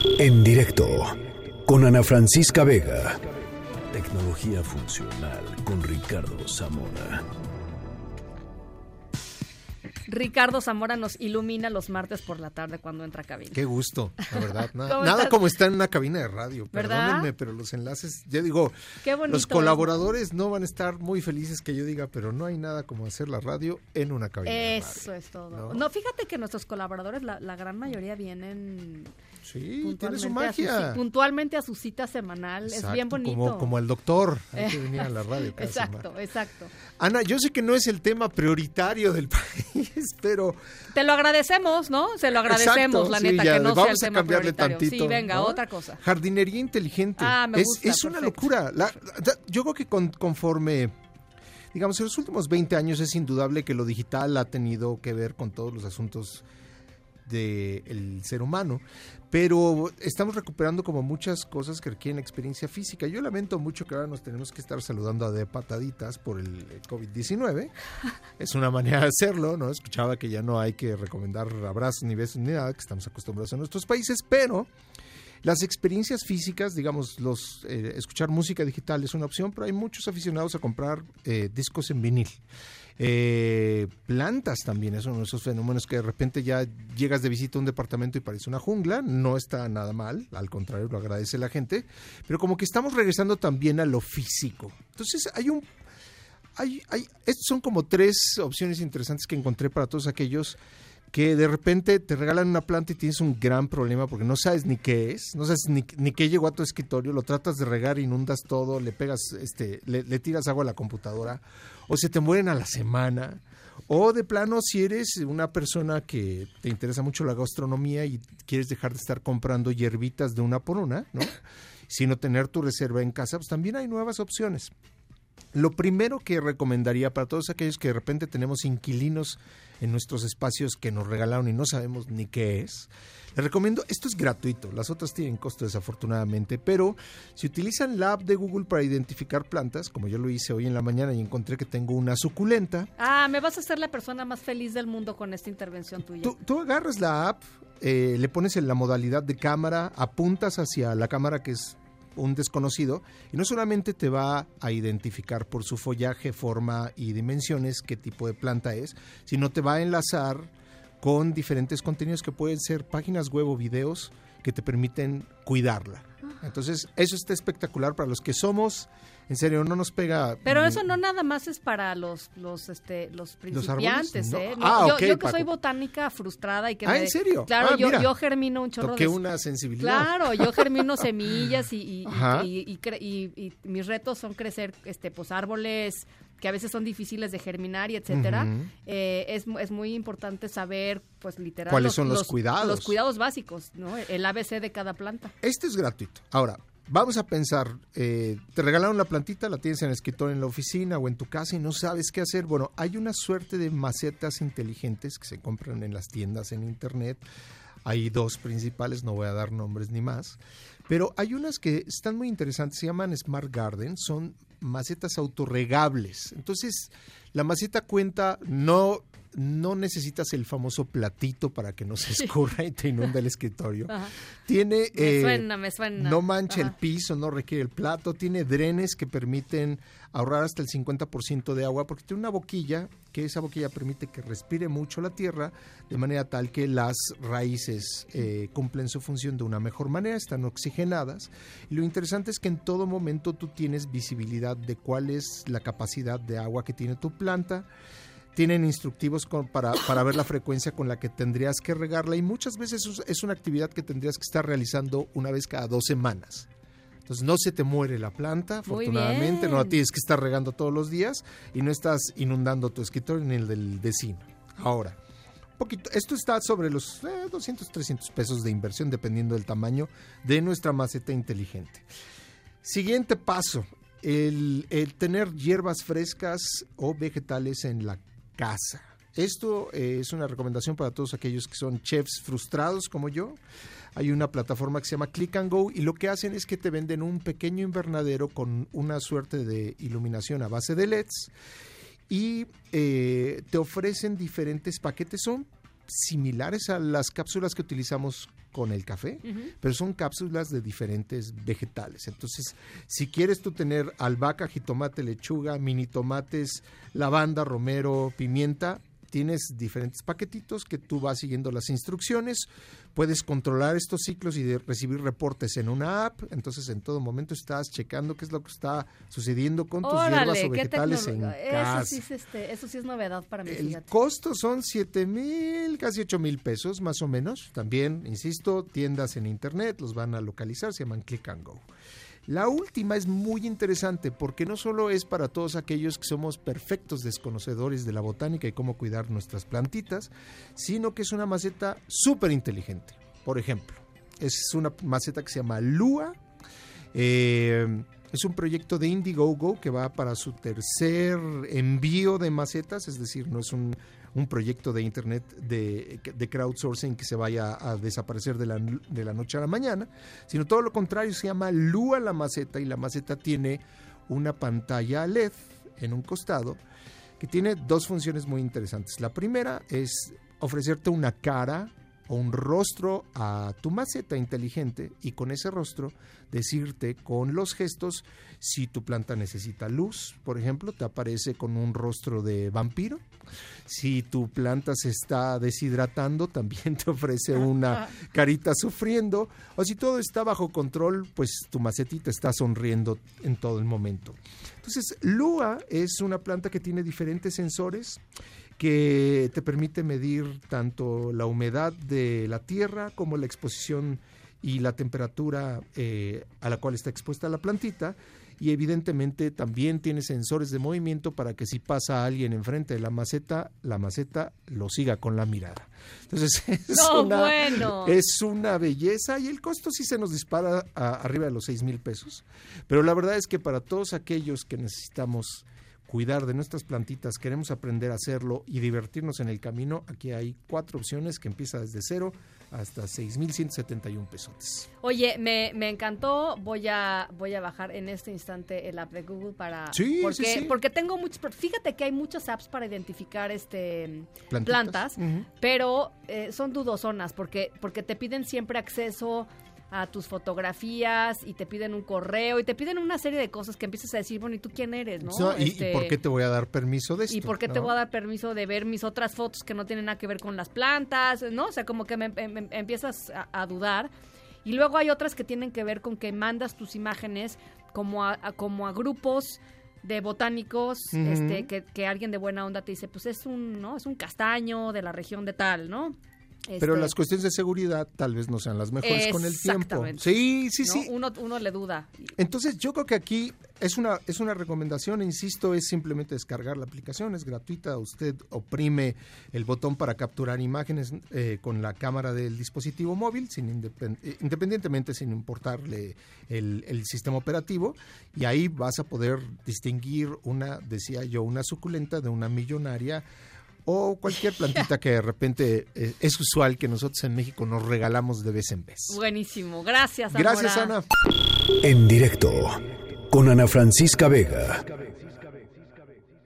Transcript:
En directo con Ana Francisca Vega. Tecnología funcional con Ricardo Zamora. Ricardo Zamora nos ilumina los martes por la tarde cuando entra a cabina. Qué gusto, la verdad. Nada como estar en una cabina de radio. ¿Verdad? Perdónenme, pero los enlaces, yo digo, los colaboradores no van a estar muy felices que yo diga, pero no hay nada como hacer la radio en una cabina de radio. Eso es todo. No, fíjate que nuestros colaboradores, la gran mayoría vienen... Sí, tiene su magia. Puntualmente a su cita semanal. Exacto, es bien bonito. Como el doctor, hay que venir a la radio cada semana. Exacto. Ana, yo sé que no es el tema prioritario del país, pero... Te lo agradecemos, ¿no? Se lo agradecemos, la neta, que no sea el tema prioritario. Tantito, sí, venga, ¿no? otra cosa. Jardinería inteligente. Me gusta, es una locura. Yo creo que conforme... Digamos, en los últimos 20 años es indudable que lo digital ha tenido que ver con todos los asuntos del ser humano, pero estamos recuperando como muchas cosas que requieren experiencia física. Yo lamento mucho que ahora nos tenemos que estar saludando de pataditas por el COVID-19. Es una manera de hacerlo, ¿no? Escuchaba que ya no hay que recomendar abrazos ni besos ni nada, que estamos acostumbrados a nuestros países, pero las experiencias físicas, digamos, escuchar música digital es una opción, pero hay muchos aficionados a comprar discos en vinil. Plantas también es uno de esos fenómenos que de repente ya llegas de visita a un departamento y parece una jungla. No está nada mal, al contrario, lo agradece la gente, pero como que estamos regresando también a lo físico. Entonces estos son como 3 opciones interesantes que encontré para todos aquellos que de repente te regalan una planta y tienes un gran problema porque no sabes ni qué es, no sabes ni qué llegó a tu escritorio, lo tratas de regar, inundas todo, le pegas, le tiras agua a la computadora, o se te mueren a la semana, o de plano si eres una persona que te interesa mucho la gastronomía y quieres dejar de estar comprando hierbitas de una por una, ¿no? Sino tener tu reserva en casa, pues también hay nuevas opciones. Lo primero que recomendaría para todos aquellos que de repente tenemos inquilinos en nuestros espacios que nos regalaron y no sabemos ni qué es, les recomiendo, esto es gratuito, las otras tienen costo desafortunadamente, pero si utilizan la app de Google para identificar plantas, como yo lo hice hoy en la mañana y encontré que tengo una suculenta. Me vas a hacer la persona más feliz del mundo con esta intervención tuya. Tú agarras la app, le pones en la modalidad de cámara, apuntas hacia la cámara que es un desconocido y no solamente te va a identificar por su follaje, forma y dimensiones qué tipo de planta es, sino te va a enlazar con diferentes contenidos que pueden ser páginas web o videos que te permiten cuidarla. Entonces, eso está espectacular para los que somos, en serio, no nos pega. Pero eso no nada más es para los principiantes, ¿no? ¿eh? Okay, yo que soy botánica frustrada y que ¿en serio? Claro, yo germino un chorro toqué una sensibilidad. Claro, yo germino semillas y mis retos son crecer pues árboles que a veces son difíciles de germinar y etcétera. Es muy importante saber, pues literal, ¿cuáles son los cuidados? Los cuidados básicos, ¿no? El ABC de cada planta. Este es gratuito. Ahora, vamos a pensar, te regalaron la plantita, la tienes en el escritorio en la oficina o en tu casa y no sabes qué hacer. Bueno, hay una suerte de macetas inteligentes que se compran en las tiendas en internet. Hay 2 principales, no voy a dar nombres ni más, pero hay unas que están muy interesantes, se llaman Smart Garden, son macetas autorregables. Entonces, la maceta cuenta, no necesitas el famoso platito para que no se escurra y te inunda el escritorio. Ajá. Tiene, me suena. No mancha el piso, no requiere el plato, tiene drenes que permiten ahorrar hasta el 50% de agua, porque tiene una boquilla, que esa boquilla permite que respire mucho la tierra, de manera tal que las raíces cumplen su función de una mejor manera, están oxigenadas, y lo interesante es que en todo momento tú tienes visibilidad de cuál es la capacidad de agua que tiene tu planta. Tienen instructivos para ver la frecuencia con la que tendrías que regarla y muchas veces es una actividad que tendrías que estar realizando una vez cada 2 semanas. Entonces no se te muere la planta, afortunadamente, no la tienes que estar regando todos los días y no estás inundando tu escritorio ni el del vecino. Ahora, esto está sobre los 200, 300 pesos de inversión dependiendo del tamaño de nuestra maceta inteligente. Siguiente paso, el tener hierbas frescas o vegetales en la casa. Esto es una recomendación para todos aquellos que son chefs frustrados como yo. Hay una plataforma que se llama Click and Go y lo que hacen es que te venden un pequeño invernadero con una suerte de iluminación a base de LEDs y te ofrecen diferentes paquetes. Son similares a las cápsulas que utilizamos con el café, pero son cápsulas de diferentes vegetales. Entonces, si quieres tú tener albahaca, jitomate, lechuga, mini tomates, lavanda, romero, pimienta, tienes diferentes paquetitos que tú vas siguiendo las instrucciones, puedes controlar estos ciclos y recibir reportes en una app, entonces en todo momento estás checando qué es lo que está sucediendo con tus hierbas o vegetales en casa. Eso sí es novedad para mí. El costo son 7,000, casi 8,000 pesos más o menos. También, insisto, tiendas en internet los van a localizar, se llaman Click and Go. La última es muy interesante porque no solo es para todos aquellos que somos perfectos desconocedores de la botánica y cómo cuidar nuestras plantitas, sino que es una maceta súper inteligente. Por ejemplo, es una maceta que se llama Lua. Es un proyecto de Indiegogo que va para su tercer envío de macetas, es decir, no es un proyecto de internet de crowdsourcing que se vaya a desaparecer de la noche a la mañana, sino todo lo contrario, se llama Lua la maceta, y la maceta tiene una pantalla LED en un costado que tiene dos funciones muy interesantes. La primera es ofrecerte una cara o un rostro a tu maceta inteligente y con ese rostro decirte con los gestos si tu planta necesita luz, por ejemplo, te aparece con un rostro de vampiro. Si tu planta se está deshidratando, también te ofrece una carita sufriendo, o si todo está bajo control, pues tu macetita está sonriendo en todo el momento. Entonces, Lua es una planta que tiene diferentes sensores que te permite medir tanto la humedad de la tierra como la exposición y la temperatura a la cual está expuesta la plantita, y evidentemente también tiene sensores de movimiento para que si pasa alguien enfrente de la maceta lo siga con la mirada. Entonces es una belleza, y el costo sí se nos dispara arriba de los 6,000 pesos, pero la verdad es que para todos aquellos que necesitamos cuidar de nuestras plantitas, queremos aprender a hacerlo y divertirnos en el camino, aquí hay 4 opciones que empieza desde 0 hasta 6,171 pesotes. Oye, me encantó, voy a bajar en este instante el app de Google porque tengo muchos, fíjate que hay muchas apps para identificar plantas, pero son dudosonas porque te piden siempre acceso a tus fotografías y te piden un correo y te piden una serie de cosas que empiezas a decir, bueno, ¿y tú quién eres? ¿No? ¿Y por qué te voy a dar permiso de esto? ¿Y por qué te voy a dar permiso de ver mis otras fotos que no tienen nada que ver con las plantas? ¿No? O sea, como que me empiezas a dudar. Y luego hay otras que tienen que ver con que mandas tus imágenes como a grupos de botánicos, que alguien de buena onda te dice, pues es un castaño de la región de tal, ¿no? Pero las cuestiones de seguridad tal vez no sean las mejores con el tiempo. Sí. Uno le duda. Entonces yo creo que aquí es una recomendación, insisto, es simplemente descargar la aplicación, es gratuita, usted oprime el botón para capturar imágenes con la cámara del dispositivo móvil, independientemente, sin importarle el sistema operativo, y ahí vas a poder distinguir una suculenta de una millonaria, o cualquier plantita que de repente es usual que nosotros en México nos regalamos de vez en vez. Buenísimo, gracias, Ana. En directo con Ana Francisca Vega.